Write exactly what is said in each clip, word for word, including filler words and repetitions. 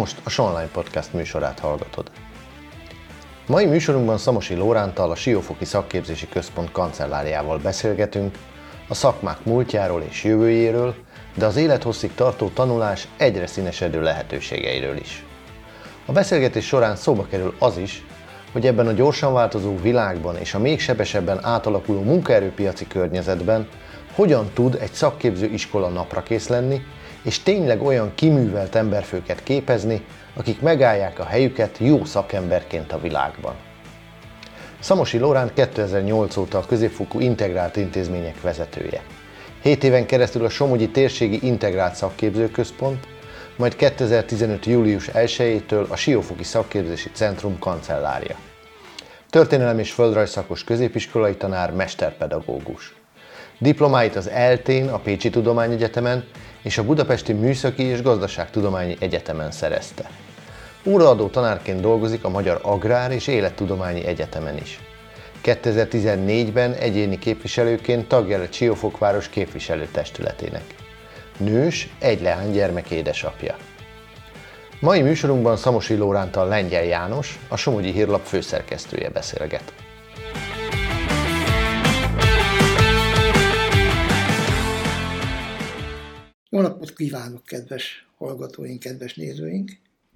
most a Sonline Podcast műsorát hallgatod. Mai műsorunkban Szamosi Lóránttal, a Siófoki Szakképzési Központ kancelláriával beszélgetünk a szakmák múltjáról és jövőjéről, de az élethosszig tartó tanulás egyre színesedő lehetőségeiről is. A beszélgetés során szóba kerül az is, hogy ebben a gyorsan változó világban és a még sebesebben átalakuló munkaerőpiaci környezetben hogyan tud egy szakképző iskola naprakész lenni, és tényleg olyan kiművelt emberfőket képezni, akik megállják a helyüket jó szakemberként a világban. Szamosi Lóránt kétezer-nyolc óta a középfokú integrált intézmények vezetője. Hét éven keresztül a Somogyi Térségi Integrált Szakképzőközpont, majd kétezer-tizenöt. július elsejétől a Siófoki Szakképzési Centrum kancellárja. Történelem és földrajz szakos középiskolai tanár, mesterpedagógus. Diplomáit az é el té-n, a Pécsi Tudományegyetemen és a Budapesti Műszaki és Gazdaságtudományi Egyetemen szerezte. Óraadó tanárként dolgozik a Magyar Agrár és Élettudományi Egyetemen is. kétezer-tizennégyben egyéni képviselőként tagja lett Siófokváros képviselőtestületének. Nős, egy leánygyermek édesapja. Mai műsorunkban Szamosi Lóránttal Lengyel János, a Somogyi Hírlap főszerkesztője beszélget. Jó napot kívánok, kedves hallgatóink, kedves nézőink!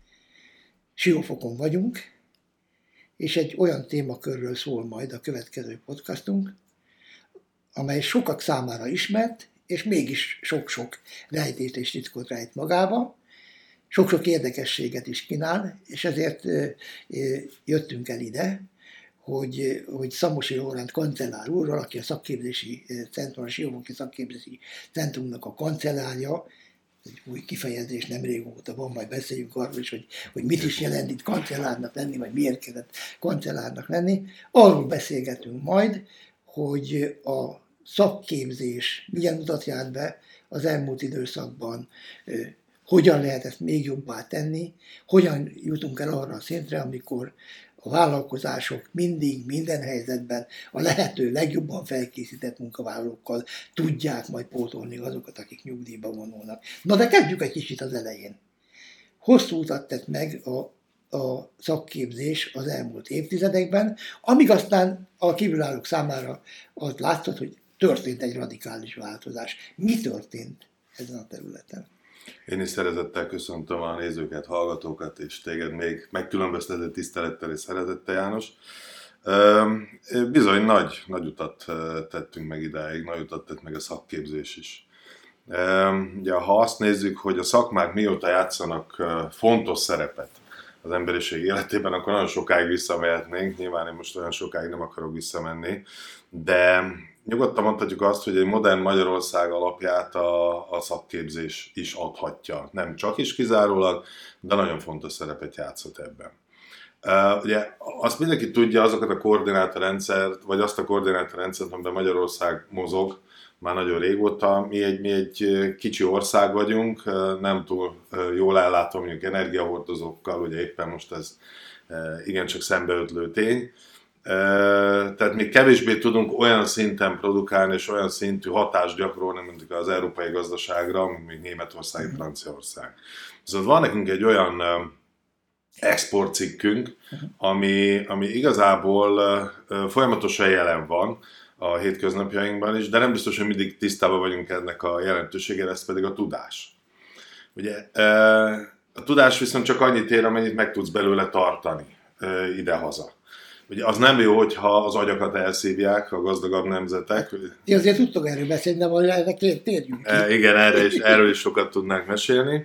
Siófokon vagyunk, és egy olyan témakörről szól majd a következő podcastunk, amely sokak számára ismert, és mégis sok-sok rejtést és titkot rejt magába, sok-sok érdekességet is kínál, és ezért jöttünk el ide, hogy, hogy Szamosi Lóránt kancellár úrral, aki a szakképzési centrum, a Siófoki Szakképzési Centrumnak a kancellárja, egy új kifejezés, nem régóta van, majd beszéljünk arról is, hogy, hogy mit is jelent itt kancellárnak lenni, vagy miért kellett kancellárnak lenni. Arról beszélgetünk majd, hogy a szakképzés milyen utat járt be az elmúlt időszakban, hogyan lehet ezt még jobbá tenni, hogyan jutunk el arra a szintre, amikor a vállalkozások mindig, minden helyzetben a lehető legjobban felkészített munkavállalókkal tudják majd pótolni azokat, akik nyugdíjba vonulnak. Na de kezdjük egy kicsit az elején. Hosszú utat tett meg a, a szakképzés az elmúlt évtizedekben, amíg aztán a kívülállók számára az látszott, hogy történt egy radikális változás. Mi történt ezen a területen? Én is szeretettel köszöntöm a nézőket, hallgatókat, és téged még megkülönböztető tisztelettel és szeretettel, János. Bizony nagy, nagy utat tettünk meg idáig, nagy utat tett meg a szakképzés is. Ugye, ha azt nézzük, hogy a szakmák mióta játszanak fontos szerepet az emberiség életében, akkor nagyon sokáig visszamehetnénk. Nyilván én most olyan sokáig nem akarok visszamenni, de nyugodtan mondhatjuk azt, hogy egy modern Magyarország alapját a, a szakképzés is adhatja. Nem csak is kizárólag, de nagyon fontos szerepet játszott ebben. Uh, ugye azt mindenki tudja, azokat a koordinátorrendszert, vagy azt a koordinátorrendszert, amiben Magyarország mozog már nagyon régóta. Mi egy, mi egy kicsi ország vagyunk, nem túl jól ellátva mondjuk energiahordozókkal, ugye éppen most ez igencsak szembeötlő tény. Tehát még kevésbé tudunk olyan szinten produkálni és olyan szintű hatást gyakorolni, mint az európai gazdaságra, mint még Németország, Franciaország. Viszont van nekünk egy olyan exportcikkünk, ami, ami igazából folyamatosan jelen van a hétköznapjainkban is, de nem biztos, hogy mindig tisztában vagyunk ennek a jelentőségére, ez pedig a tudás. Ugye, a tudás viszont csak annyit ér, amennyit meg tudsz belőle tartani idehaza. Ugye az nem jó, hogyha az agyakat elszívják a gazdagabb nemzetek. Ti azért tudtok erről beszélni, de valahogy ennek térjünk ki. E, igen, erre is, erről is sokat tudnánk mesélni.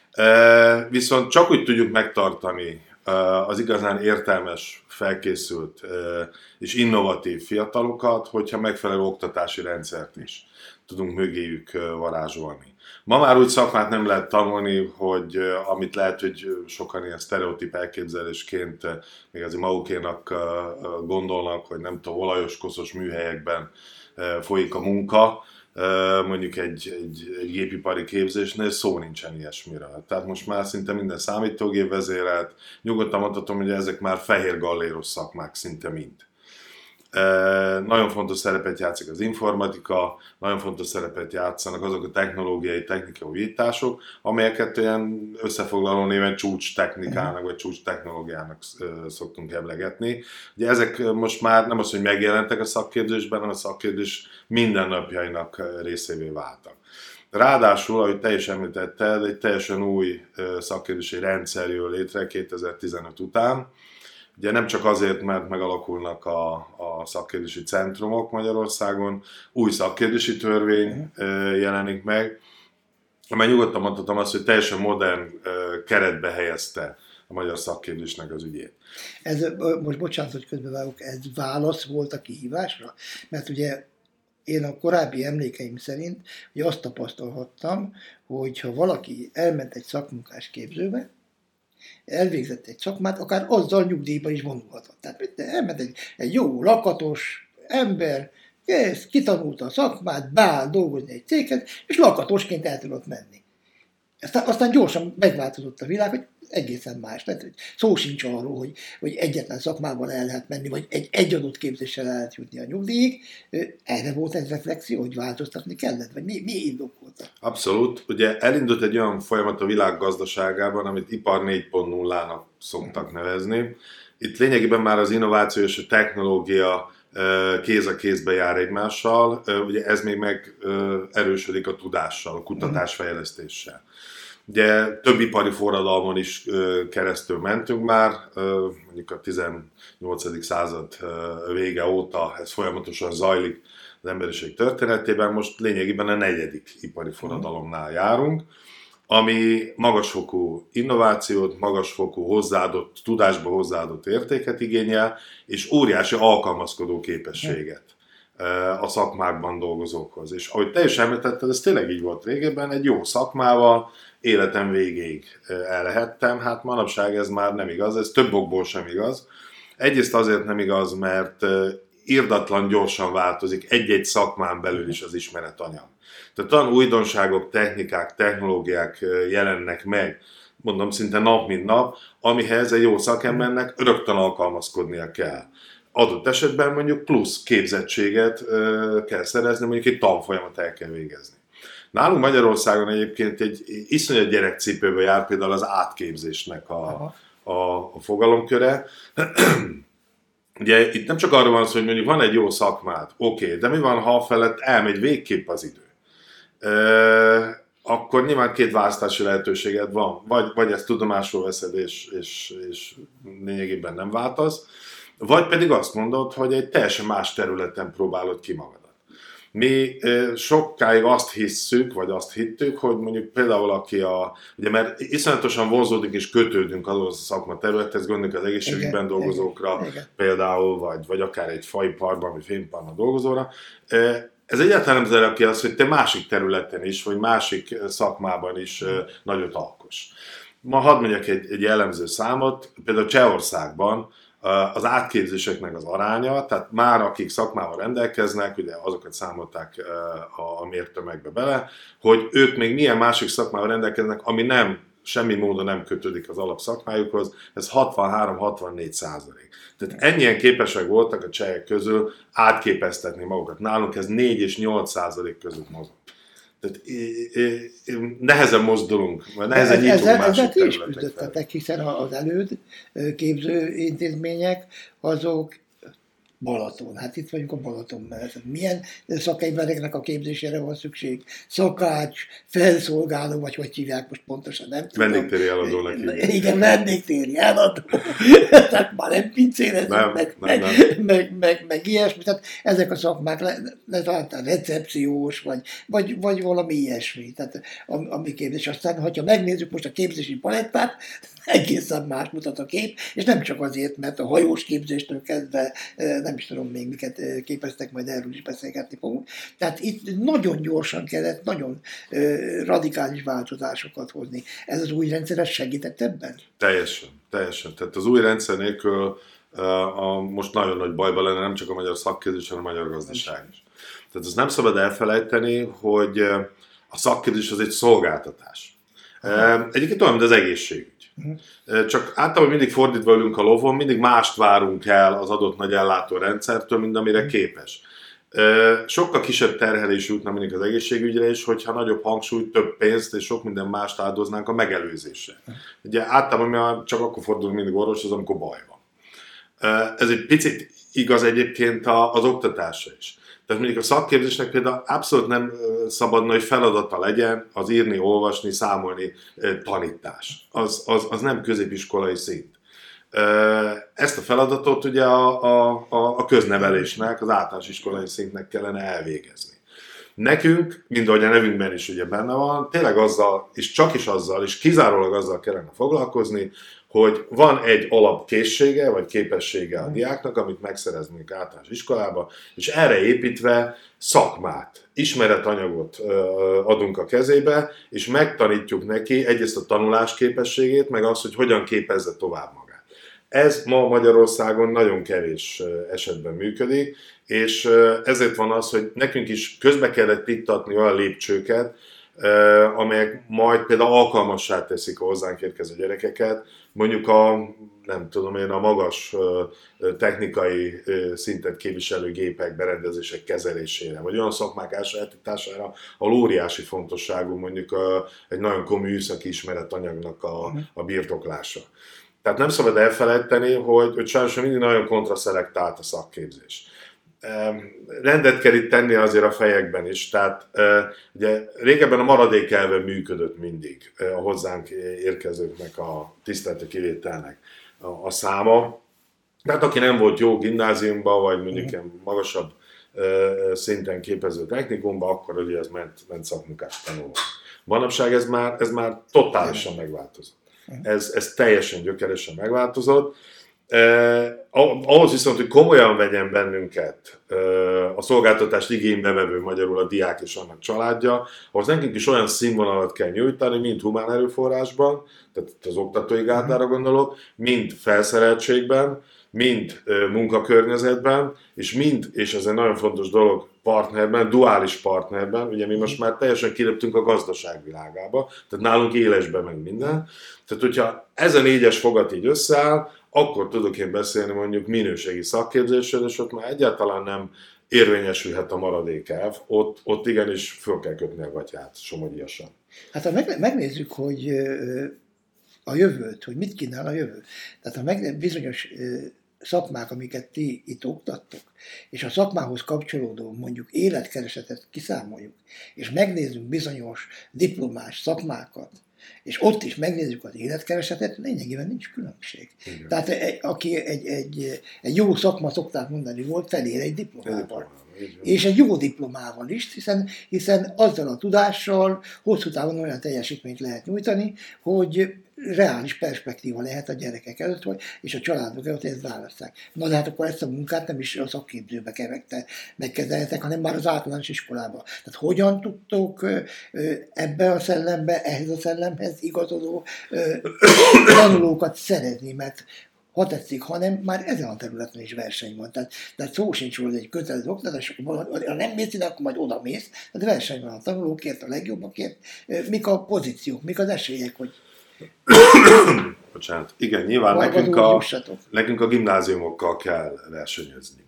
E, viszont csak úgy tudjuk megtartani az igazán értelmes, felkészült és innovatív fiatalokat, hogyha megfelelő oktatási rendszert is tudunk mögéjük varázsolni. Ma már úgy szakmát nem lehet tanulni, hogy amit lehet, hogy sokan ilyen sztereotíp elképzelésként még azért magukénak gondolnak, hogy nem tudom, olajos, koszos műhelyekben folyik a munka, mondjuk egy, egy, egy gépipari képzésnél, szó nincsen ilyesmiről. Tehát most már szinte minden számítógép vezérelt, nyugodtan mondhatom, hogy ezek már fehér galléros szakmák szinte mind. Nagyon fontos szerepet játszik az informatika, nagyon fontos szerepet játszanak azok a technológiai, technikai újítások, amelyeket olyan összefoglaló néven csúcs technikának vagy csúcs technológiának szoktunk emlegetni. Ugye ezek most már nem az, hogy megjelentek a szakképzésben, hanem a szakképzés mindennapjainak részévé váltak. Ráadásul, ahogy te is említetted, egy teljesen új szakképzési rendszer jön létre kétezer-tizenöt után. Ugye nem csak azért, mert megalakulnak a, a szakképzési centrumok Magyarországon, új szakképzési törvény jelenik meg, amely nyugodtan mondhatom azt, hogy teljesen modern keretbe helyezte a magyar szakképzésnek az ügyét. Ez, most bocsánat, hogy közbevágok, ez válasz volt a kihívásra? Mert ugye én a korábbi emlékeim szerint hogy azt tapasztalhattam, hogy ha valaki elment egy szakmunkás képzőbe, elvégzett egy szakmát, akár azzal nyugdíjba is vonulhatott. Tehát elment egy, egy jó, lakatos ember, kész, kitanulta a szakmát, beáll dolgozni egy céghez, és lakatosként el tudott menni. Aztán, aztán gyorsan megváltozott a világ, hogy egészen más. Tehát hogy szó sincs arról, hogy, hogy egyetlen szakmával el lehet menni, vagy egy, egy adott képzéssel el lehet jutni a nyugdíjig. Erre volt egy reflexió, hogy változtatni kellett, vagy mi, mi indokolta? Abszolút. Ugye elindult egy olyan folyamat a világ gazdaságában, amit ipar négy pont nullának szoktak nevezni. Itt lényegében már az innováció és a technológia kéz a kézbe jár egymással, ugye ez még meg erősödik a tudással, a kutatásfejlesztéssel. Ugye több ipari forradalmon is keresztül mentünk már, mondjuk a tizennyolcadik század vége óta ez folyamatosan zajlik az emberiség történetében, most lényegében a negyedik ipari forradalomnál járunk, ami magasfokú innovációt, magasfokú hozzáadott, tudásba hozzáadott értéket igényel, és óriási alkalmazkodó képességet a szakmákban dolgozókhoz. És ahogy te is említetted, ez tényleg így volt régebben, egy jó szakmával életem végéig ellehettem, hát manapság ez már nem igaz, ez több okból sem igaz. Egyrészt azért nem igaz, mert irdatlan gyorsan változik egy-egy szakmán belül is az ismeretanyag. Tehát olyan újdonságok, technikák, technológiák jelennek meg, mondom szinte nap mint nap, amihez egy jó szakembernek rögtön alkalmazkodnia kell. Adott esetben mondjuk plusz képzettséget kell szerezni, mondjuk egy tanfolyamat el kell végezni. Nálunk Magyarországon egyébként egy iszonyat gyerekcipőbe jár például az átképzésnek a, a, a fogalomköre. Ugye itt nem csak arról van szó, hogy mondjuk van egy jó szakmád, oké, okay, de mi van, ha felett elmegy végképp az idő? E, akkor nyilván két választási lehetőséged van, vagy, vagy ezt tudomásul veszed, és, és, és lényegében nem váltasz, vagy pedig azt mondod, hogy egy teljesen más területen próbálod ki magadat. Mi sokáig azt hisszük, vagy azt hittük, hogy mondjuk például aki a, ugye mert iszonyatosan vonzódik és kötődünk azon a szakma területhez, gondoljuk az egészségügyben igen, dolgozókra igen, igen. például, vagy, vagy akár egy faiparban, vagy fémparban dolgozóra. Ez egyáltalán nem zárja ki azt, hogy te másik területen is, vagy másik szakmában is nagyot alkoss. Ma hadd mondjak egy, egy jellemző számot, például Csehországban az átképzéseknek az aránya, tehát már akik szakmával rendelkeznek, ugye azokat számolták a mértömegbe bele, hogy ők még milyen másik szakmával rendelkeznek, ami nem, semmi módon nem kötődik az alapszakmájukhoz, ez hatvanhárom-hatvannégy százalék. Tehát ennyien képesek voltak a csehek közül átképeztetni magukat. Nálunk ez négy és nyolc százalék között mozog. Tehát nehezen mozdulunk, vagy nehezen nyitunk ezzel, másik ezzel területek is küzdöttetek, hiszen az előd képző intézmények azok Balaton. Hát itt vagyunk a Balaton mellett. Milyen szakembereknek a képzésére van szükség? Szakács, felszolgáló, vagy hogy hívják most pontosan, nem tudom. Vendégtéri eladó neki. Igen, vendégtéri eladó. Tehát már nem pincérezünk, meg, nem, meg, nem. Meg, meg, meg, meg ilyesmi. Tehát ezek a szakmák letaláltan recepciós, vagy, vagy, vagy valami ilyesmi. Tehát ami képzés. Aztán, hogyha megnézzük most a képzési palettát, egészen más mutat a kép, és nem csak azért, mert a hajós képzéstől kezdve nem is tudom még miket képeztek, majd erről is beszélgetni fogunk. Tehát itt nagyon gyorsan kellett, nagyon radikális változásokat hozni. Ez az új rendszer segített ebben? Teljesen, teljesen. Tehát az új rendszer nélkül a, most nagyon nagy bajba lenne nem csak a magyar szakképzés, hanem a magyar gazdaság is. Tehát azt nem szabad elfelejteni, hogy a szakképzés az egy szolgáltatás. Aha. Egyébként olyan, mint az egészségügy. Uh-huh. Csak általában mindig fordítva ülünk a lovon, mindig mást várunk el az adott nagy ellátórendszertől, mint amire uh-huh. képes. Sokkal kisebb terhelés jutna mindig az egészségügyre is, hogyha nagyobb hangsúlyt, több pénzt és sok minden mást áldoznánk a megelőzésre. Ugye általában csak akkor fordulunk mindig orvoshoz, amikor baj van. Ez egy picit igaz egyébként az oktatásra is. Tehát mondjuk a szakképzésnek például abszolút nem szabadna, hogy feladata legyen az írni, olvasni, számolni tanítás. Az, az, az nem középiskolai szint. Ezt a feladatot ugye a, a, a köznevelésnek, az általános iskolai szintnek kellene elvégezni. Nekünk, mind ahogy a nevünkben is ugye benne van, tényleg azzal, és csak is azzal, és kizárólag azzal kellene foglalkozni, hogy van egy alapkészsége, vagy képessége a diáknak, amit megszereznénk általános iskolába, és erre építve szakmát, ismeretanyagot adunk a kezébe, és megtanítjuk neki egyrészt a tanulás képességét, meg azt, hogy hogyan képezze tovább magát. Ez ma Magyarországon nagyon kevés esetben működik, és ezért van az, hogy nekünk is közbe kellett iktatni olyan lépcsőket, amelyek majd például alkalmassá teszik a hozzánk érkező gyerekeket, mondjuk a, nem tudom én, a magas technikai szintet képviselő gépek, berendezések kezelésére, vagy olyan szakmák elsajátítására, ahol óriási fontosságú mondjuk a, egy nagyon komoly műszaki ismeretanyagnak a, a birtoklása. Tehát nem szabad elfelejteni, hogy, hogy sajnos mindig nagyon kontraszelektált a szakképzés. Rendet kell itt tenni azért a fejekben is, tehát ugye régebben a maradék elven működött mindig a hozzánk érkezőknek a tiszteletű kivételnek a, a száma. Tehát aki nem volt jó gimnáziumban, vagy mondjuk ilyen magasabb szinten képező technikumban, akkor ugye ez ment, ment szakmunkás tanuló. Manapság ez már, ez már totálisan megváltozott. Ez, ez teljesen gyökeresen megváltozott. Eh, ahhoz viszont, hogy komolyan vegyen bennünket eh, a szolgáltatást igénybe vevő, magyarul a diák és annak családja, ahhoz nekünk is olyan színvonalat kell nyújtani, mind humán erőforrásban, tehát az oktatói gárdára gondolok, mind felszereltségben, mind eh, munkakörnyezetben, és mind, és ez egy nagyon fontos dolog, partnerben, duális partnerben, ugye mi most már teljesen kiléptünk a gazdaság világába, tehát nálunk élesben meg minden. Tehát, hogyha ez a négyes fogat így összeáll, akkor tudok én beszélni mondjuk minőségi szakképzésről, és ott már egyáltalán nem érvényesülhet a maradék elv, ott, ott igenis föl kell kötni a gatyát, somogyiasan. Hát ha megnézzük, hogy a jövőt, hogy mit kínál a jövő. Tehát ha meg bizonyos szakmák, amiket ti itt oktattok, és a szakmához kapcsolódó mondjuk életkeresetet kiszámoljuk, és megnézzük bizonyos diplomás szakmákat, és ott is megnézzük az életkeresetet, lényegében nincs különbség. Igen. Tehát egy, aki egy, egy, egy jó szakma, szokták mondani, volt, felér egy diplomával. És egy jó diplomával is, hiszen, hiszen azzal a tudással hosszú távon olyan teljesítményt lehet nyújtani, hogy reális perspektíva lehet a gyerekek előtt, vagy, és a családok előtt ezt választják. Na de hát akkor ezt a munkát nem is a szakképzőbe kell megkezdeletek, hanem már az általános iskolába. Tehát hogyan tudtok ebbe a szellembe, ehhez a szellemhez igazodó tanulókat szerezni, mert ha tetszik, hanem már ezen a területen is verseny van. Tehát, tehát szó sincs róla, egy kötelező oktatás, ha nem mész ide, akkor majd oda mész. Tehát verseny van a tanulókért, a legjobbakért. Mik a pozíciók, mik az esélyek, hogy... Bocsánat. Igen, nyilván nekünk a, nekünk a gimnáziumokkal kell versenyezni.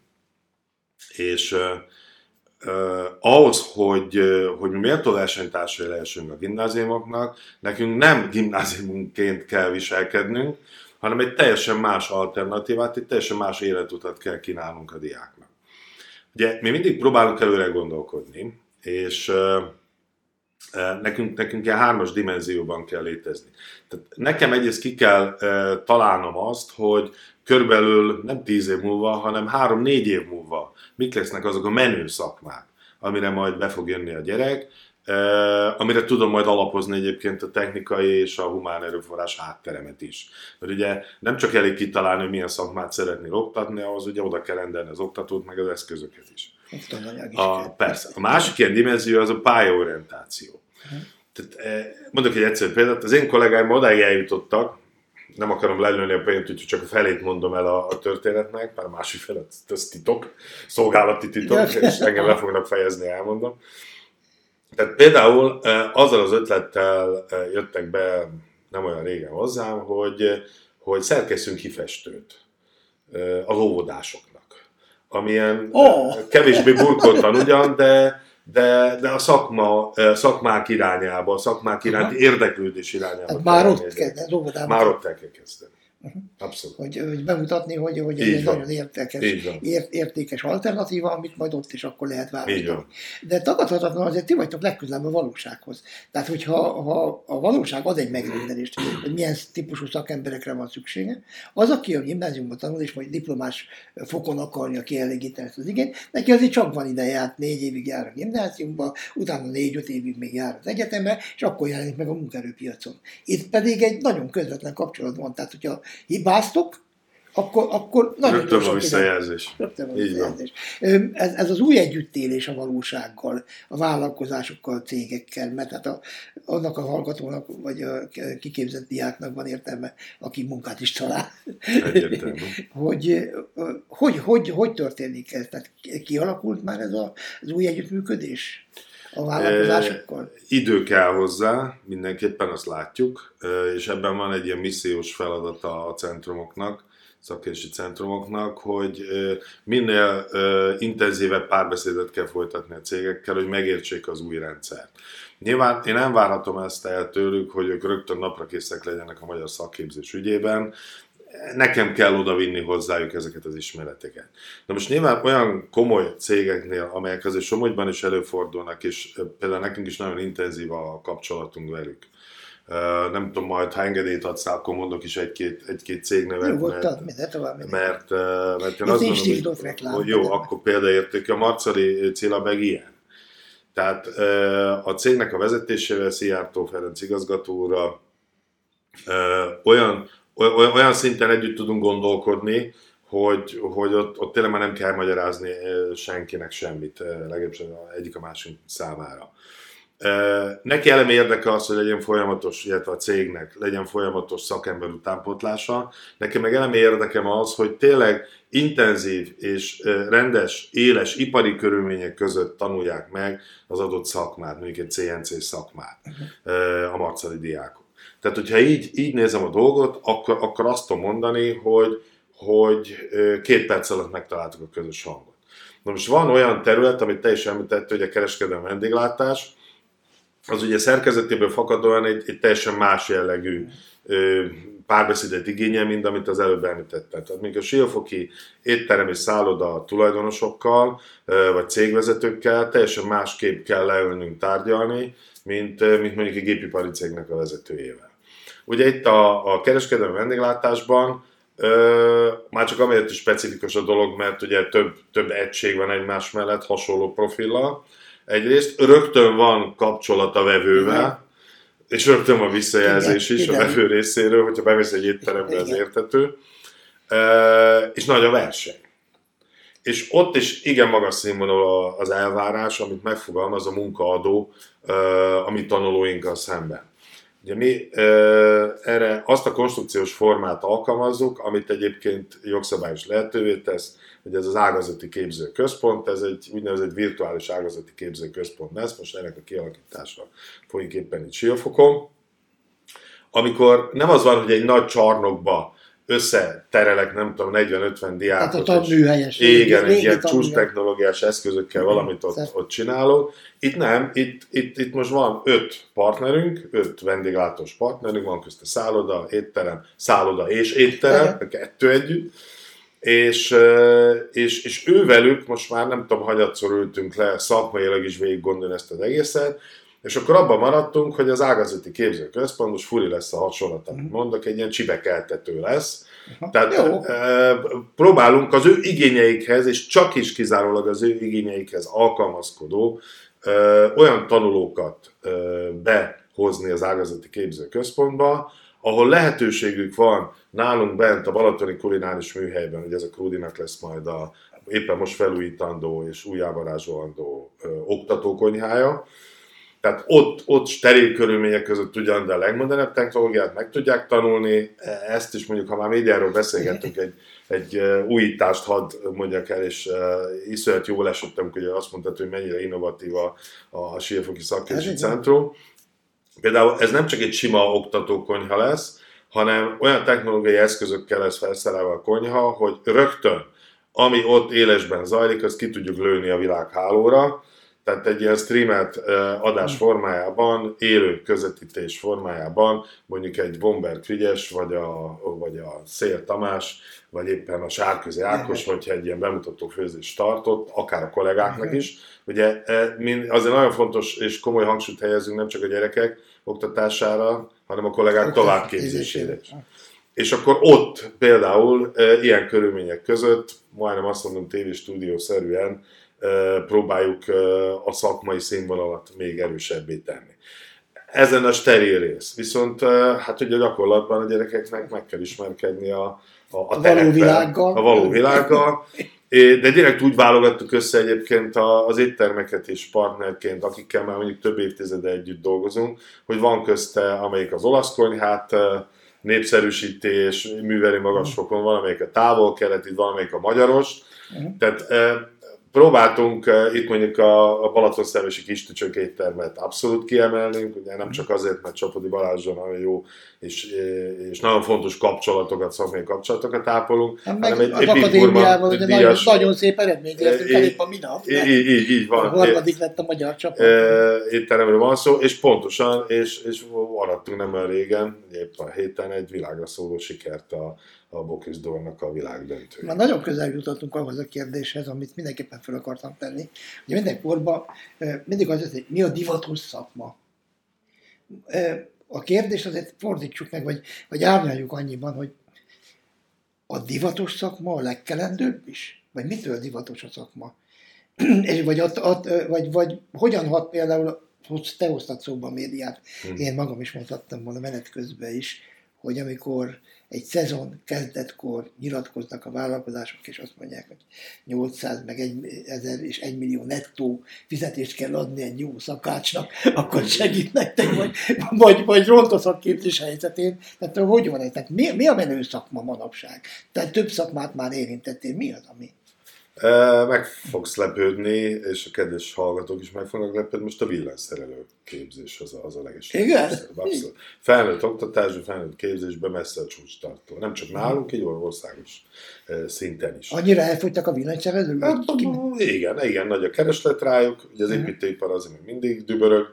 És uh, uh, ahhoz, hogy, uh, hogy mi méltó versenytársai lehessünk a gimnáziumoknak, nekünk nem gimnáziumként kell viselkednünk, hanem egy teljesen más alternatívát, egy teljesen más életutat kell kínálnunk a diáknak. Ugye mi mindig próbálunk előre gondolkodni, és uh, nekünk, nekünk ilyen hármas dimenzióban kell létezni. Tehát nekem egyrészt ki kell uh, találnom azt, hogy körülbelül nem tíz év múlva, hanem három-négy év múlva mik lesznek azok a menő szakmák, amire majd be fog jönni a gyerek, Uh, amire tudom majd alapozni egyébként a technikai és a humán erőforrás hátteremet is. Mert ugye nem csak elég kitalálni, hogy milyen szakmát szeretnél oktatni, ahhoz ugye oda kell rendelni az oktatót, meg az eszközöket is. A, persze. A másik ilyen dimenzió az a pályaorientáció. Uh-huh. Tehát, mondok egy egyszerű példát, az én kollégáim odáig eljutottak, nem akarom lelőni a pénzt, úgyhogy csak a felét mondom el a, a történetnek, már a másik felett, ez titok, szolgálati titok, és engem le fognak fejezni, elmondom. Tehát például azzal az ötlettel jöttek be nem olyan régen hozzám, hogy, hogy szerkesszünk kifestőt az óvodásoknak. Amilyen oh. kevésbé burkoltan ugyan, de, de, de a szakma, szakmák irányába, a szakmák iránti uh-huh. érdeklődés irányába. Hát már ott kell, az óvodában. Már ott el kell kezdeni. Uh-huh. Abszolút. Hogy, hogy bemutatni, hogy, hogy ez egy nagyon értékes, ért, értékes alternatíva, amit majd ott is akkor lehet választani. De tagadhatatlan azért ti vagytok legközelebb a valósághoz. Tehát, hogyha ha a valóság ad egy megrendelést, hogy milyen típusú szakemberekre van szüksége, az, aki a gimnáziumban tanul, és majd diplomás fokon akarja kielégíteni ezt az igényt, neki azért csak van ideje, hát négy évig jár a gimnáziumba, utána négy-öt évig még jár az egyetemre, és akkor jelenik meg a munkaerőpiacon. Itt pedig egy nagyon közvetlen kapcsolat van. Tehát, hogyha hibáztok, akkor, akkor nagyon rögtön van visszajelzés. Rögtön van visszajelzés. Ez, ez az új együttélés a valósággal, a vállalkozásokkal, a cégekkel, mert hát a, annak a hallgatónak, vagy a kiképzett diáknak van értelme, aki munkát is talál. hogy, hogy, hogy, hogy történik ez? Tehát kialakult már ez a, az új együttműködés a vállalkozásokkal? E, idő kell hozzá, mindenképpen azt látjuk, és ebben van egy ilyen missziós feladata a centrumoknak, szakképzési centrumoknak, hogy minél intenzívebb párbeszédet kell folytatni a cégekkel, hogy megértsék az új rendszert. Nyilván én nem várhatom ezt el tőlük, hogy ők rögtön napra készek legyenek a magyar szakképzés ügyében, nekem kell odavinni hozzájuk ezeket az ismereteket. Na most nyilván olyan komoly cégeknél, amelyek azért Somogyban is előfordulnak, és például nekünk is nagyon intenzív a kapcsolatunk velük. Uh, nem tudom, majd ha engedélyt adsz, akkor mondok is egy-két, egy-két cégnevet, Nyugodtan, mert, mert, mert, uh, mert én azt gondolom, hogy, reklám, hogy jó, akkor példaértékű, a Marcali Cilla meg ilyen. Tehát uh, a cégnek a vezetésével, Szijjártó Ferenc igazgatóra uh, olyan, olyan, olyan szinten együtt tudunk gondolkodni, hogy, hogy ott, ott tényleg már nem kell magyarázni senkinek semmit, legalábbis egyik a másik számára. Neki elemi érdeke az, hogy legyen folyamatos, illetve a cégnek legyen folyamatos szakember utánpótlása. Nekem meg elemi érdekem az, hogy tényleg intenzív és rendes, éles ipari körülmények között tanulják meg az adott szakmát, mondjuk egy cé en cé szakmát, a marcali diákok. Tehát, hogyha így, így nézem a dolgot, akkor, akkor azt tudom mondani, hogy, hogy két perc alatt megtaláltuk a közös hangot. Na most van olyan terület, amit te is említettél, hogy a kereskedelmi vendéglátás, az ugye szerkezetéből fakadóan egy, egy teljesen más jellegű ö, párbeszédet igényel, mint amit az előbb említettem. Tehát még a siófoki étterem és szálloda tulajdonosokkal, ö, vagy cégvezetőkkel teljesen másképp kell leülnünk tárgyalni, mint, ö, mint mondjuk egy gépipari cégnek a vezetőjével. Ugye itt a, a kereskedelmi vendéglátásban ö, már csak amiért is specifikus a dolog, mert ugye több, több egység van egymás mellett hasonló profillal. Egyrészt rögtön van kapcsolat a vevővel, és rögtön van visszajelzés is a vevő részéről, hogyha bemész egy étterembe, ez érthető, és nagy a verseny. És ott is igen magas színvonalú az elvárás, amit megfogalmaz a munkaadó a mi tanulóinkkal szemben. Ugye mi erre azt a konstrukciós formát alkalmazzuk, amit egyébként jogszabály is lehetővé tesz, hogy ez az ágazati képzőközpont, ez egy úgynevezett virtuális ágazati képzőközpont lesz, most ennek a kialakítása folyik éppen itt Siófokon. Amikor nem az van, hogy egy nagy csarnokba összeterelek, nem tudom, negyven-ötven diákot. Hát a tanműhelyes. Igen, egy ilyen csúcs technológiás eszközökkel valamit ott, ott csinálok. Itt nem, itt, itt, itt most van öt partnerünk, öt vendéglátós partnerünk, van közte szálloda, étterem, szálloda és étterem, a kettő együtt. És, és, és ővelük most már nem tudom, hanyatszor ültünk le szakmailag is végig gondolni ezt az egészet, és akkor abban maradtunk, hogy az ágazati képzőközpont, most furi lesz a hasonlat, amit mondok, egy ilyen csibekeltető lesz. Aha, tehát jó. Próbálunk az ő igényeikhez, és csak is kizárólag az ő igényeikhez alkalmazkodó olyan tanulókat behozni az ágazati képzőközpontba, ahol lehetőségük van nálunk bent a Balatoni Kulináris Műhelyben, hogy ez a Krudinak lesz majd a éppen most felújítandó és újjávarázsolandó ö, oktatókonyhája. Tehát ott, ott steril körülmények között ugyan, de a legmodernebb technológiát meg tudják tanulni. Ezt is mondjuk, ha már médiáról beszélgettünk, egy, egy újítást hadd mondjak el, és uh, iszonyat jól esett, amikor azt mondtad, hogy mennyire innovatív a, a Siófoki Szakképzési Centrum. Például ez nem csak egy sima oktatókonyha lesz, hanem olyan technológiai eszközökkel lesz felszerelve a konyha, hogy rögtön, ami ott élesben zajlik, azt ki tudjuk lőni a világhálóra. Tehát egy ilyen streamelt adás formájában, élő közvetítés formájában, mondjuk egy Bomber Frigyes, vagy a, vagy a Szél Tamás, vagy éppen a Sárközi Ákos, hogyha egy ilyen bemutató főzést tartott, akár a kollégáknak is. Ugye azért nagyon fontos és komoly hangsúlyt helyezünk nem csak a gyerekek oktatására, hanem a kollégák továbbképzésére is. És akkor ott például e, ilyen körülmények között, majdnem azt mondom tévéstúdiószerűen e, próbáljuk e, a szakmai színvonalat még erősebbé tenni. Ezen a steril rész. Viszont e, hát ugye gyakorlatban a gyerekeknek meg kell ismerkedni a, a, a, a való világgal. A való világgal. De direkt úgy válogattuk össze egyébként az éttermeket is partnerként, akikkel már mondjuk több évtizede együtt dolgozunk, hogy van közte, amelyik az olasz konyhát népszerűsítés, műveli magas fokon, valamelyik a távol-keleti, valamelyik a magyaros. Uh-huh. Tehát e, próbáltunk e, itt mondjuk a, a Balatonszemesi kis tücsök éttermet abszolút kiemelnünk, ugye nem csak azért, mert Csapodi Balázson nagyon jó és, és nagyon fontos kapcsolatokat, szakmai kapcsolatokat ápolunk, hát hanem egy, az akadémiával ugye nagyon, nagyon szép eredményt értünk el épp a minap. Így, így, így van. A harmadik lett a magyar csapat. E, étteremről van szó, és pontosan, és, és arattunk nem olyan régen, épp a héten egy világra szóló sikert a a Bocuse d'Ornak a világdöntő. Már nagyon közel jutottunk ahhoz a kérdéshez, amit mindenképpen fel akartam tenni. Ugye minden korban mindig az, hogy mi a divatos szakma. A kérdést azért fordítsuk meg, vagy, vagy árnyaljuk annyiban, hogy a divatos szakma a legkelendőbb is? Vagy mitől divatos a szakma? És vagy, at, at, vagy, vagy hogyan hat például, te hoztad szóba a médiát, hmm. én magam is mondhattam volna menet közben is, hogy amikor egy szezon kezdetkor nyilatkoznak a vállalkozások, és azt mondják, hogy nyolcszáz, meg ezer és egy millió nettó fizetést kell adni egy jó szakácsnak, akkor segít nektek, vagy, vagy, vagy ront a szakképzés helyzetén. Tehát hogy van ez? Tehát mi, mi a menő szakma manapság? Tehát több szakmát már érintettél. Mi az, ami? Meg fogsz lepődni, és a kedves hallgatók is meg fognak lepődni, most a villanyszerelő képzés az a, az a legeslegjobb. Abszolút. Felnőtt oktatásban, felnőtt képzésben messze a csúcs tartó. Nem csak nálunk, így országos szinten is. Annyira elfogytak a villanyszerelők? Hát, igen, igen, nagy a kereslet rájuk, ugye az építőipar azért még mindig dübörög,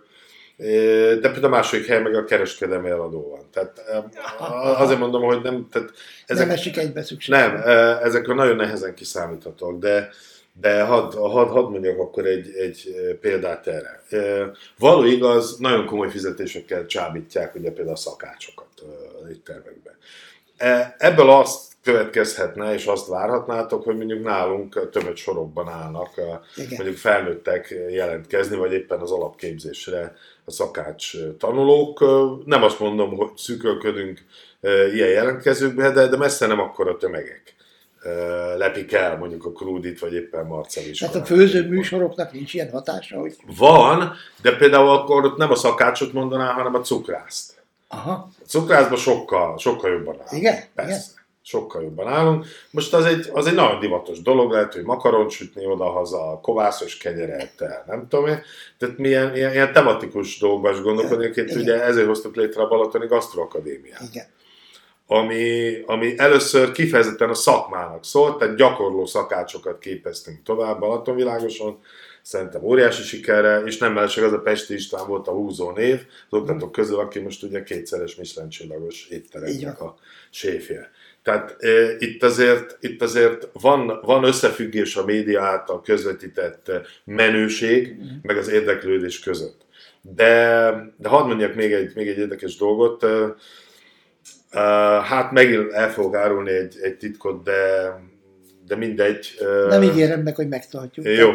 de például a második hely meg a kereskedelmi eladó van. Tehát azért mondom, hogy nem... Tehát ezek, nem esik egybe szükség. Nem, ezek nagyon nehezen kiszámíthatók, de, de hadd had, had mondjak akkor egy, egy példát erre. Való igaz, nagyon komoly fizetésekkel csábítják ugye például a szakácsokat az éttermekben. Ebből azt következhetne, és azt várhatnátok, hogy mondjuk nálunk tömött sorokban állnak, igen, mondjuk felnőttek jelentkezni, vagy éppen az alapképzésre a szakács tanulók. Nem azt mondom, hogy szűkölködünk ilyen jelentkezőkbe, de, de messze nem akkora tömegek lepik el mondjuk a Krúdit, vagy éppen Marcel is. Tehát a főző műsoroknak nincs ilyen hatása? Hogy... Van, de például akkor ott nem a szakácsot mondaná, hanem a cukrászt. Aha. A cukrászban sokkal, sokkal jobban állunk. Igen? Persze. Igen? Sokkal jobban állunk. Most az egy, az egy nagyon divatos dolog, lehet, hogy makaront sütni oda-haza, kovászos kenyeret, nem tudom én. Tehát milyen ilyen, ilyen tematikus dolgokban is gondolkodunk, itt ugye ezért hoztuk létre a Balatoni Gasztroakadémiát. Igen. Ami, ami először kifejezetten a szakmának szólt, tehát gyakorló szakácsokat képeztünk tovább Balatonvilágoson, szerintem óriási sikerre, és nem mellesleg az a Pesti István volt a húzó név, az oktatók közül, aki most ugye kétszeres Michelin csillagos étteremnek a séfje. Tehát e, itt azért, itt azért van, van összefüggés a média által közvetített menőség, mm. meg az érdeklődés között. De, de hadd mondjak még egy, még egy érdekes dolgot. E, e, hát megint el fogok árulni egy, egy titkot, de, de mindegy. E, Nem ígérem meg, hogy megtartjuk. Jó.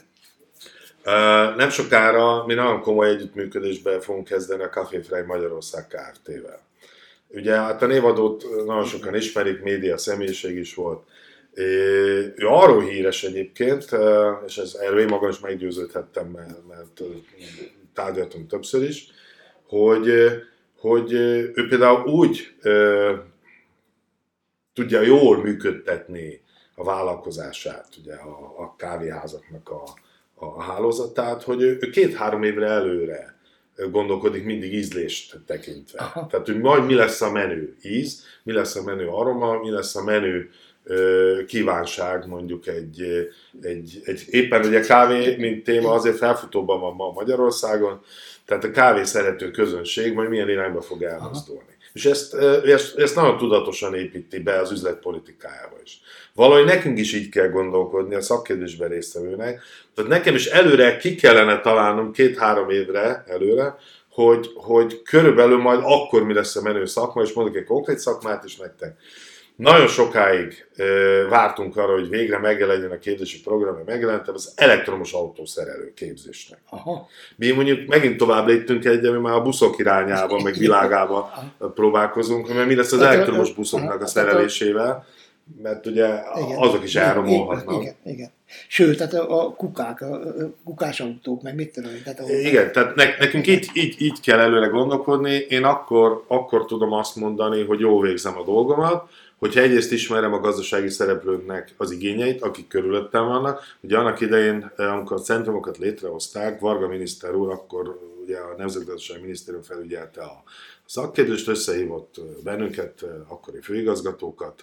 E, nem sokára mi nagyon komoly együttműködésben fogunk kezdeni a Café Frey Magyarország Kft-vel. Ugye hát a névadót nagyon sokan ismerik, média személyiség is volt. Ő arról híres egyébként, és ez, erről én magam is meggyőződhettem, mert, mert tárgyaltunk többször is, hogy, hogy ő például úgy uh, tudja jól működtetni a vállalkozását, ugye a, a kávéházaknak a, a hálózatát, hogy ő, ő két-három évre előre gondolkodik mindig ízlést tekintve. Aha. Tehát, hogy majd mi lesz a menő íz, mi lesz a menő aroma, mi lesz a menő ö, kívánság, mondjuk egy, egy, egy éppen ugye kávé, mint téma, azért felfutóban van ma Magyarországon, tehát a kávé szerető közönség majd milyen irányba fog elmozdulni. Aha. És ezt, ezt, ezt nagyon tudatosan építi be az üzletpolitikájába is. Valahogy nekünk is így kell gondolkodni a szakképzésben résztvevőnek. Tehát nekem is előre ki kellene találnom két-három évre előre, hogy, hogy körülbelül majd akkor mi lesz a menő szakma, és mondok egy konkrét szakmát is nektek. Nagyon sokáig e, vártunk arra, hogy végre megjelenjen a képzési program, hogy megjelent az elektromos autószerelő képzésnek. Aha. Mi mondjuk megint tovább léptünk egy, ami már a buszok irányában, meg világában próbálkozunk, mert mi lesz az elektromos buszoknak a szerelésével, mert ugye igen, azok is elromolhatnak. Igen, igen. Sőt, tehát a kukák, a kukás autók, meg mit tudom. Tehát a... Igen, tehát ne, nekünk így, így, így kell előre gondolkodni. Én akkor, akkor tudom azt mondani, hogy jól végzem a dolgomat, hogyha egyrészt ismerem a gazdasági szereplőknek az igényeit, akik körülöttem vannak. Ugye annak idején, amikor a centrumokat létrehozták, Varga miniszter úr, akkor ugye a Nemzetgazdasági Minisztérium felügyelte a szakképzést, összehívott bennünket, akkori főigazgatókat,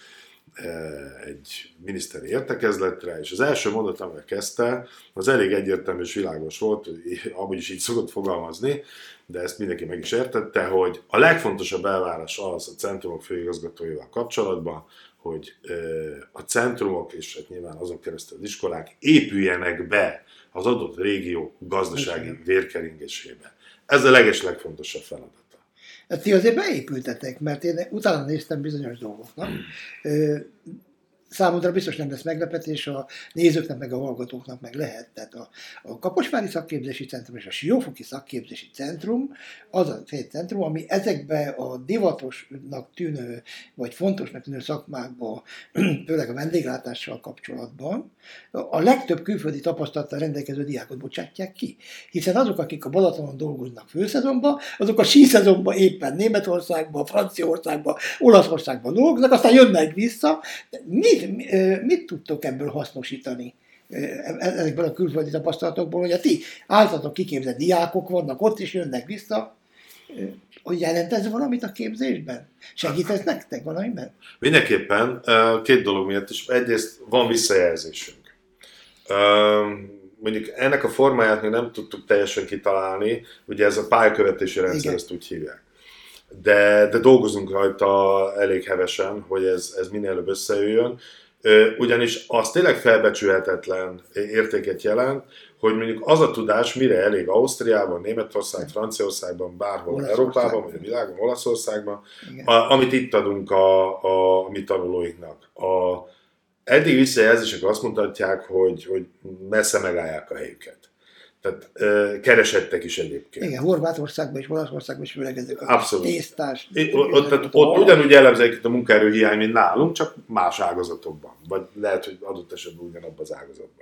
egy miniszteri értekezletre, és az első mondat, amivel kezdte, az elég egyértelmű és világos volt, amúgy is így szokott fogalmazni, de ezt mindenki meg is értette, hogy a legfontosabb elvárás az a centrumok főigazgatóival kapcsolatban, hogy a centrumok, és hát nyilván azon keresztül az iskolák épüljenek be az adott régió gazdasági vérkeringésébe. Ez a leges legfontosabb feladat. Hát ti azért beépültetek, mert én utána néztem bizonyos dolgoknak. Számomra biztos nem lesz meglepetés, a nézőknek meg a hallgatóknak meg lehet. Tehát a, a Kaposvári Szakképzési Centrum és a Siófoki Szakképzési Centrum az a két centrum, ami ezekbe a divatosnak tűnő, vagy fontosnak tűnő szakmákban, főleg a vendéglátással kapcsolatban, a legtöbb külföldi tapasztalattal rendelkező diákot bocsátják ki. Hiszen azok, akik a Balatonon dolgoznak főszezonban, azok a síszezonban éppen Németországban, Franciaországban, Olaszországban dolgoznak, aztán jönnek vissza. Mit, mit tudtok ebből hasznosítani? Ezekből a külföldi tapasztalatokból, hogy a ti általatok kiképzett diákok vannak ott, és jönnek vissza, hogy jelent ez valamit a képzésben? Segít ez nektek valamiben? Mindenképpen két dolog miatt is. Egyrészt van visszajelzésünk. Mondjuk ennek a formáját még nem tudtuk teljesen kitalálni, ugye ez a pályakövetési rendszer, igen, ezt úgy hívják. De, de dolgozunk rajta elég hevesen, hogy ez, ez minél előbb összejöjjön. Ugyanis az tényleg felbecsülhetetlen értéket jelent, hogy mondjuk az a tudás, mire elég Ausztriában, Németország, Franciaországban, bárhol Európában, vagy a világon, Olaszországban, a, amit itt adunk a, a, a mi tanulóinknak. A eddig visszajelzések azt mutatják, hogy, hogy messze megállják a helyüket. Tehát e, keresettek is egyébként. Igen, Horvátországban és Olaszországban is főleg ezek a abszolút tésztás. Ott, ott, ott ugyanúgy jellemzik a munkaerőhiány, mint nálunk, csak más ágazatokban. Vagy lehet, hogy adott esetben ugyanabban az ágazatban.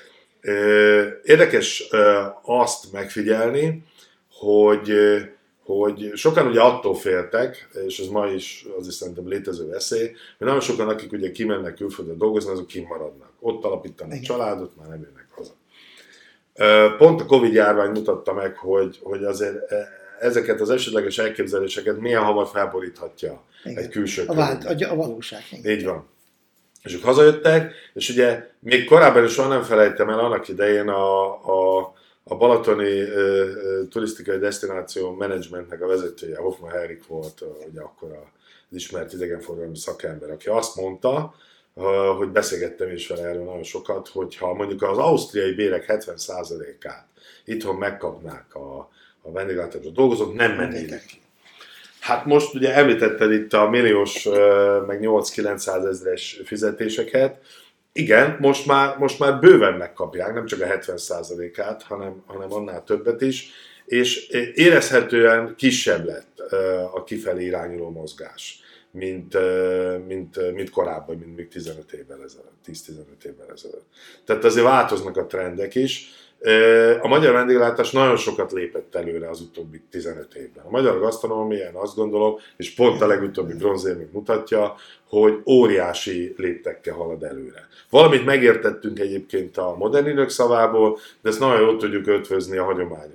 Érdekes azt megfigyelni, hogy, hogy sokan ugye attól féltek, és ez ma is az is szerintem létező veszély, hogy nagyon sokan, akik ugye kimennek külföldre dolgozni, azok kimaradnak. Ott alapítanak igen, családot, már nem jönnek haza. Pont a Covid-járvány mutatta meg, hogy, hogy azért ezeket az esetleges elképzeléseket milyen hamar felboríthatja igen, egy külső a, vált, a, a valóság. Igen. Így van. És ők hazajöttek, és ugye még korábban is soha nem felejtem el, annak idején a, a, a balatoni uh, uh, turisztikai desztináció menedzsmentnek a vezetője, Hoffman Henrik volt, uh, ugye akkor az ismert idegenforgalmi szakember, aki azt mondta, uh, hogy beszélgettem is vele erről nagyon sokat, hogyha mondjuk az ausztriai bérek hetven százalékát itthon megkapnák a, a vendéglátásban dolgozók, nem mennének ki. Hát most ugye említetted itt a milliós, meg nyolc-kilencszáz ezres fizetéseket. Igen, most már, most már bőven megkapják, nem csak a hetven százalékát, hanem, hanem annál többet is, és érezhetően kisebb lett a kifelé irányuló mozgás, mint, mint, mint korábban, mint még tizenöt évvel ezelőtt, tíz-tizenöt évvel ezelőtt. Tehát azért változnak a trendek is. A magyar vendéglátás nagyon sokat lépett előre az utóbbi tizenöt évben. A magyar gasztronómia, én azt gondolom, és pont a legutóbbi bronzérmünk mutatja, hogy óriási léptekkel halad előre. Valamit megértettünk egyébként a modern idők szavából, de ezt nagyon jól tudjuk ötvözni a hagyományainkkal.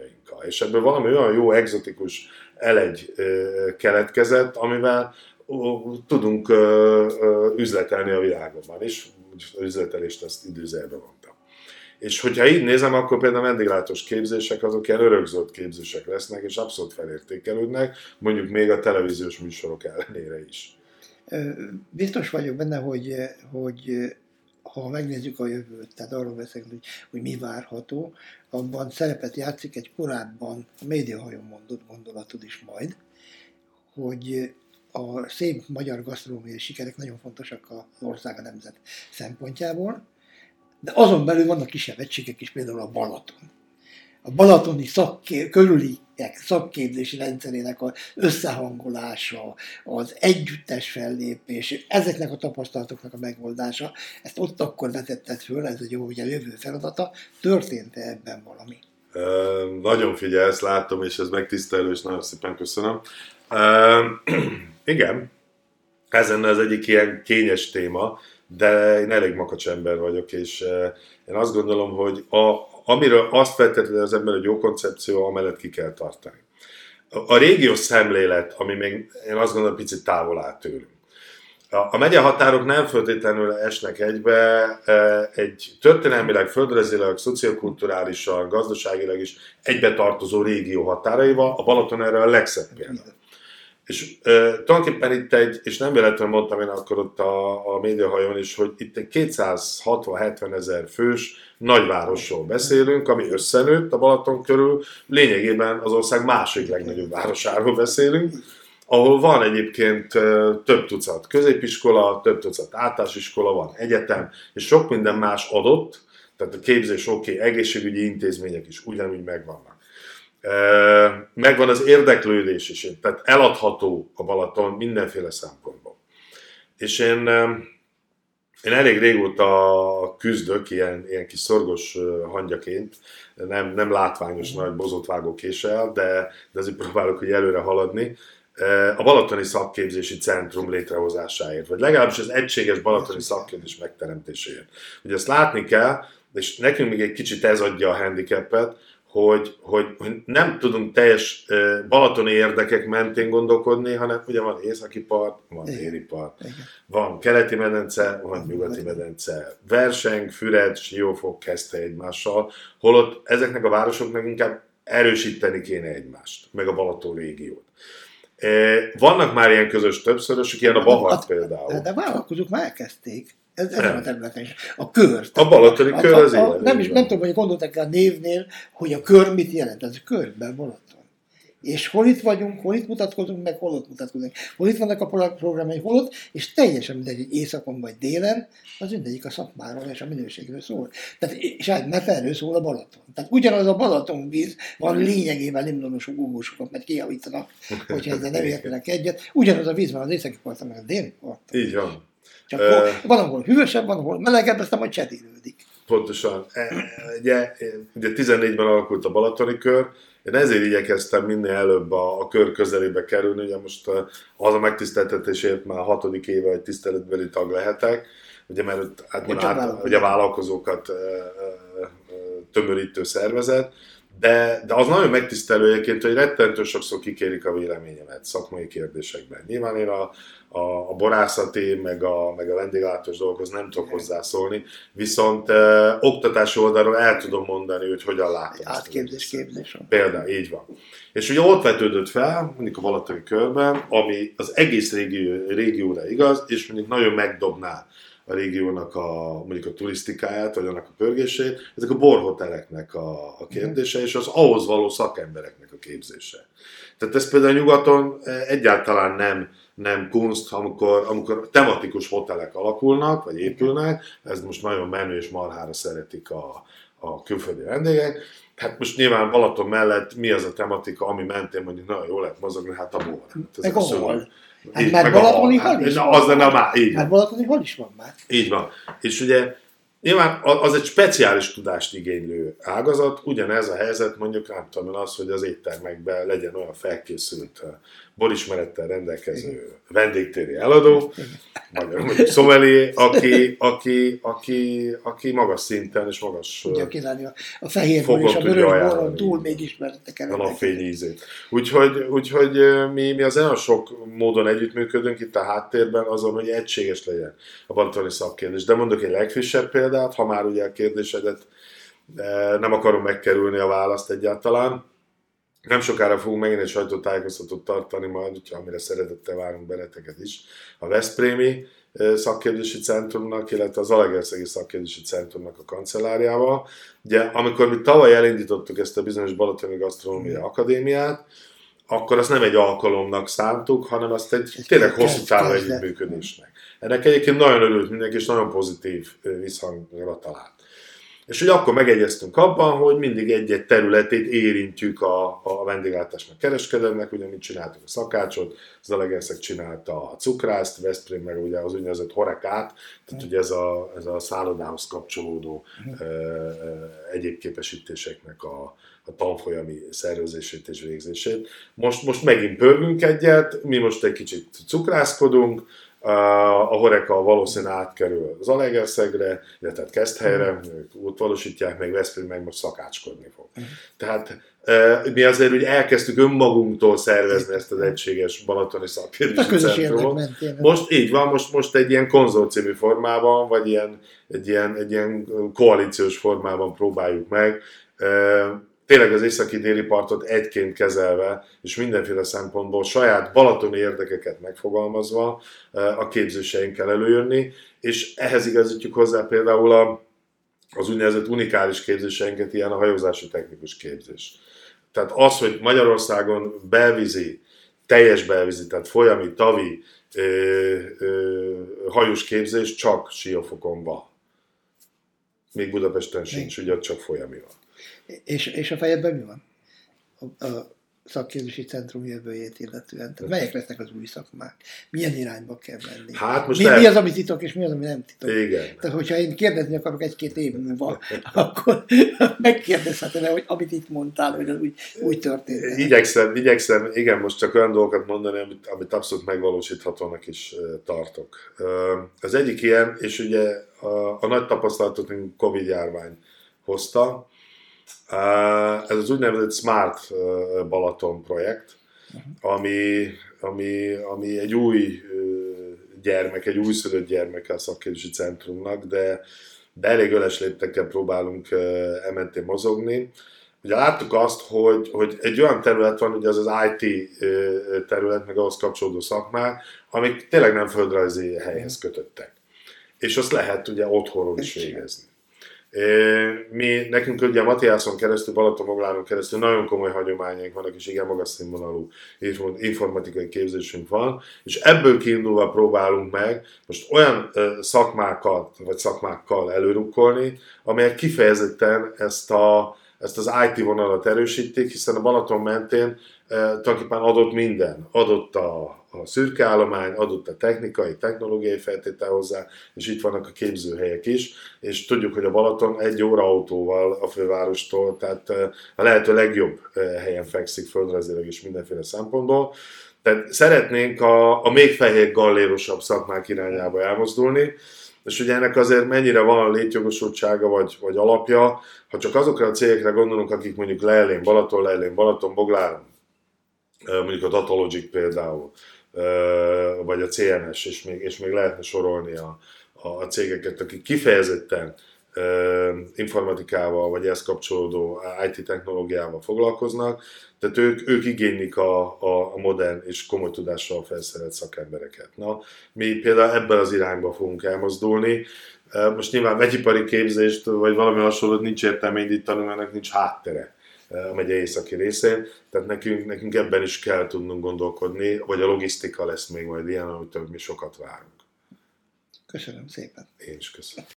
És ebből valami olyan jó, egzotikus elegy keletkezett, amivel tudunk üzletelni a világban is. Az üzletelést azt időzőjelben mondtam. És hogyha így nézem, akkor például a vendéglátós képzések azok ilyen örökzöld képzések lesznek, és abszolút felértékelődnek, mondjuk még a televíziós műsorok ellenére is. Biztos vagyok benne, hogy, hogy ha megnézzük a jövőt, tehát arról beszélünk, hogy, hogy mi várható, abban szerepet játszik egy korábban a médiahajón mondott gondolatod is majd, hogy a szép magyar gasztronómiai sikerek nagyon fontosak az ország, a nemzet szempontjából, de azon belül vannak kisebb egységek is, például a Balaton. A balatoni szakkép, körüli szakképzési rendszerének az összehangolása, az együttes fellépés, ezeknek a tapasztalatoknak a megoldása, ezt ott akkor vetetted föl, ez egy jó, ugye a jövő feladata, történt-e ebben valami? Uh, nagyon figyelsz, látom, és ez megtisztelő, és nagyon szépen köszönöm. Uh, igen, ez lenne az egyik ilyen kényes téma, de én elég makacs ember vagyok, és uh, én azt gondolom, hogy a, amiről azt feltétlenül az ember, hogy jó koncepció, amellett ki kell tartani. A, a régiós szemlélet, ami még én azt gondolom, picit távol áll tőlünk. A, a megyehatárok nem feltétlenül esnek egybe, egy történelmileg, földrajzilag, szociokulturálisan, gazdaságilag is egybe tartozó régió határaival, a Balaton erre a legszebb példa. És e, tulajdonképpen itt egy, és nem véletlenül mondtam én akkor ott a, a médiahajón is, hogy itt egy kétszázhatvan-hetven ezer fős nagyvárosról beszélünk, ami összenőtt a Balaton körül, lényegében az ország másik legnagyobb városáról beszélünk, ahol van egyébként több tucat középiskola, több tucat általános iskola, van egyetem, és sok minden más adott, tehát a képzés oké, okay, egészségügyi intézmények is ugyanúgy megvannak. Megvan az érdeklődés is, tehát eladható a Balaton mindenféle szempontból. És én, én elég régóta küzdök ilyen, ilyen kis szorgos hangyaként, nem, nem látványos nagy bozótvágókéssel, de, de azért próbálok hogy előre haladni, a Balatoni Szakképzési Centrum létrehozásáért, vagy legalábbis az egységes balatoni szakképzés megteremtéséért. Ugye ezt látni kell, és nekünk még egy kicsit ez adja a handicapet, hogy, hogy, hogy nem tudunk teljes balatoni érdekek mentén gondolkodni, hanem ugye van északi part, van déli part, van keleti medence, van nyugati medence, Verseng, Füred, Siófok kezdte egymással, holott ezeknek a városoknak inkább erősíteni kéne egymást, meg a Balaton régiót. Vannak már ilyen közös többszörösök, ilyen a Bahart például. De a vállalkozók már elkezdték. Ez, ezen a területen is. A kör. A balatoni kör az élet. Nem, is, nem tudom, hogy gondoltak el a névnél, hogy a kör mit jelent. Ez a körben Balaton. És hol itt vagyunk, hol itt mutatkozunk, meg hol ott mutatkozunk. Hol itt vannak a programjai, hol ott, és teljesen mindegy, hogy északon vagy délen, az mindegyik a szakmáról és a minőségről szól. Tehát, és hát mert erről szól a Balaton. Tehát ugyanaz a Balatonvíz van lényegében limnonos ugósokat, mert kijavítanak, hogyha ezzel nem értenek egyet. Ugyanaz a víz van az északi parton, meg a déli parton. Így van. Csak uh, van, ahol hűvösebb, van, ahol melegebb, aztán majd cserélődik. Pontosan. Ugye, ugye tizennégyben alakult a balatoni kör, én ezért igyekeztem minél előbb a, a kör közelébe kerülni, ugye most az a megtiszteltetésért már hatodik éve, hogy tiszteletbeli tag lehetek, ugye mert hát át, ugye vállalkozókat e, e, tömörítő szervezet, de, de az nagyon megtisztelő egyébként, hogy rettentő sokszor kikérik a véleményemet szakmai kérdésekben. Nyilván én a, a, a borászati, meg a, meg a vendéglátós dolgokhoz nem tudok hozzászólni, viszont e, oktatási oldalról el tudom mondani, hogy hogyan látom. Átképzés, képzés. Például, így van. És ugye ott vetődött fel, mondjuk a balatoni körben, ami az egész régió, régióra igaz, és mondjuk nagyon megdobná a régiónak a, mondjuk a turisztikáját, vagy annak a pörgését, ezek a borhoteleknek a, a kérdése, és az ahhoz való szakembereknek a képzése. Tehát ez például nyugaton egyáltalán nem, nem kunst, amikor, amikor tematikus hotelek alakulnak, vagy épülnek, ez most nagyon menő és marhára szeretik a, a külföldi vendégek. Hát most nyilván Balaton mellett mi az a tematika, ami mentén mondjuk nagyon jól lehet mozogni, hát a bor. Meg a hal. Hát már Balatoni hal is van. Az lenne már, így Hát Balatoni hal is van már. Így van. És ugye Nyilván az egy speciális tudást igénylő ágazat, ugyanez a helyzet mondjuk nem tudom az, hogy az éttermekben legyen olyan felkészült borismerettel rendelkező vendégtéri eladó, mondjuk szomelié, aki, aki, aki, aki magas szinten és magas tudja kínálni a, a fehérből és a vörösboron túl még ismertek el. A napfény ízét. Úgyhogy, úgyhogy mi, mi az olyan sok módon együttműködünk itt a háttérben azon, hogy egységes legyen a balatoni szakképzés. De mondok egy legfrissebb példát, ha már ugye a kérdésedet nem akarom megkerülni a választ egyáltalán. Nem sokára fogunk megint egy sajtótájékoztatót tartani majd, amire szeretettel várunk benneteket is. A Veszprémi Szakképzési Centrumnak, illetve az Zalaegerszegi Szakképzési Centrumnak a kancelláriával. Ugye, amikor mi tavaly elindítottuk ezt a bizonyos Balatoni Gasztronómiai Akadémiát, akkor azt nem egy alkalomnak szántuk, hanem azt egy tényleg hosszú távú együttműködésnek. Ennek egyébként nagyon örült mindenki, és nagyon pozitív visszhangra talált. És hogy akkor megegyeztünk abban, hogy mindig egy-egy területét érintjük a, a vendéglátásnak, kereskedelemnek, ugye mit csináltuk a szakácsot, Zalaegerszeg csinálta a cukrászt, Veszprém meg ugye az úgynevezett horekát, tehát ugye ez a, ez a szállodához kapcsolódó e, e, egyéb képesítéseknek a, a tanfolyami szervezését és végzését. Most, most megint pörgünk egyet, mi most egy kicsit cukrászkodunk, a horeka valószínűleg átkerül Zalaegerszegre, illetve Keszthelyre, ők ott valósítják, meg Veszprém meg most szakácskodni fog. Uh-huh. Tehát mi azért úgy elkezdtük önmagunktól szervezni ezt az egységes balatoni szakképzési centrumot. Most így van, most, most egy ilyen konzorciumi formában, vagy ilyen, egy, ilyen, egy ilyen koalíciós formában próbáljuk meg. Tényleg az északi déli partot egyként kezelve, és mindenféle szempontból saját balatoni érdekeket megfogalmazva a képzéseinkkel előjönni, és ehhez igazítjuk hozzá például a, az úgynevezett unikális képzéseinket, ilyen a hajózási technikus képzés. Tehát az, hogy Magyarországon belvízi, teljes belvízi, tehát folyami, tavi ö, ö, hajós képzés csak Siófokon van. Még Budapesten sincs, ugye csak folyami van. És, és a fejedben mi van? A, a szakképzési centrum jövőjét illetően. Tehát melyek lesznek az új szakmák? Milyen irányba kell menni? Hát most mi, lehet... mi az, ami titok, és mi az, ami nem titok? Igen. Tehát, hogyha én kérdezni akarok egy-két év múlva, akkor megkérdezhetem, hogy amit itt mondtál, hogy az úgy, úgy történt. Igyekszem, igyekszem, igen, most csak olyan dolgokat mondani, amit, amit abszolút megvalósíthatónak is tartok. Az egyik ilyen, és ugye a, a nagy tapasztalatot a Covid-járvány hozta, ez az úgynevezett Smart Balaton projekt, ami, ami, ami egy új gyermek, egy újszülött gyermek a szakképzési centrumnak, de, de elég öles léptekkel próbálunk ementén mozogni. Ugye láttuk azt, hogy, hogy egy olyan terület van, ugye az az i té terület, meg ahhoz kapcsolódó szakmák, amik tényleg nem földrajzi helyhez kötöttek. És azt lehet ugye otthonról is végezni. Mi, nekünk ugye a Matthiáson keresztül, Balatonbogláron keresztül nagyon komoly hagyományaink vannak, és igen magas színvonalú informatikai képzésünk van, és ebből kiindulva próbálunk meg most olyan szakmákat, vagy szakmákkal előrukkolni, amelyek kifejezetten ezt, a, ezt az i té vonalat erősítik, hiszen a Balaton mentén tulajdonképpen adott minden. Adott a, a szürke állomány, adott a technikai, technológiai feltétel hozzá, és itt vannak a képzőhelyek is, és tudjuk, hogy a Balaton egy óra autóval a fővárostól, tehát a lehető legjobb helyen fekszik földrajzilag is mindenféle szempontból. Tehát szeretnénk a, a még fehér gallérosabb szakmák irányába elmozdulni, és ugye ennek azért mennyire van a létjogosultsága vagy, vagy alapja, ha csak azokra a cégekre gondolunk, akik mondjuk Leellén Balaton, Leellén Balaton, Bogláron, mondjuk a Datalogic például, vagy a cé em es, és még, és még lehetne sorolni a, a cégeket, akik kifejezetten informatikával, vagy ehhez kapcsolódó i té technológiával foglalkoznak, tehát ők, ők igénylik a, a, a modern és komoly tudással felszerelt szakembereket. Na, mi például ebben az irányba fogunk elmozdulni. Most nyilván vegyipari képzést, vagy valami hasonlót nincs értelme indítani, mert ennek nincs háttere a megye északi részén, tehát nekünk, nekünk ebben is kell tudnunk gondolkodni, vagy a logisztika lesz még majd ilyen, amitől mi sokat várunk. Köszönöm szépen. Én is köszönöm.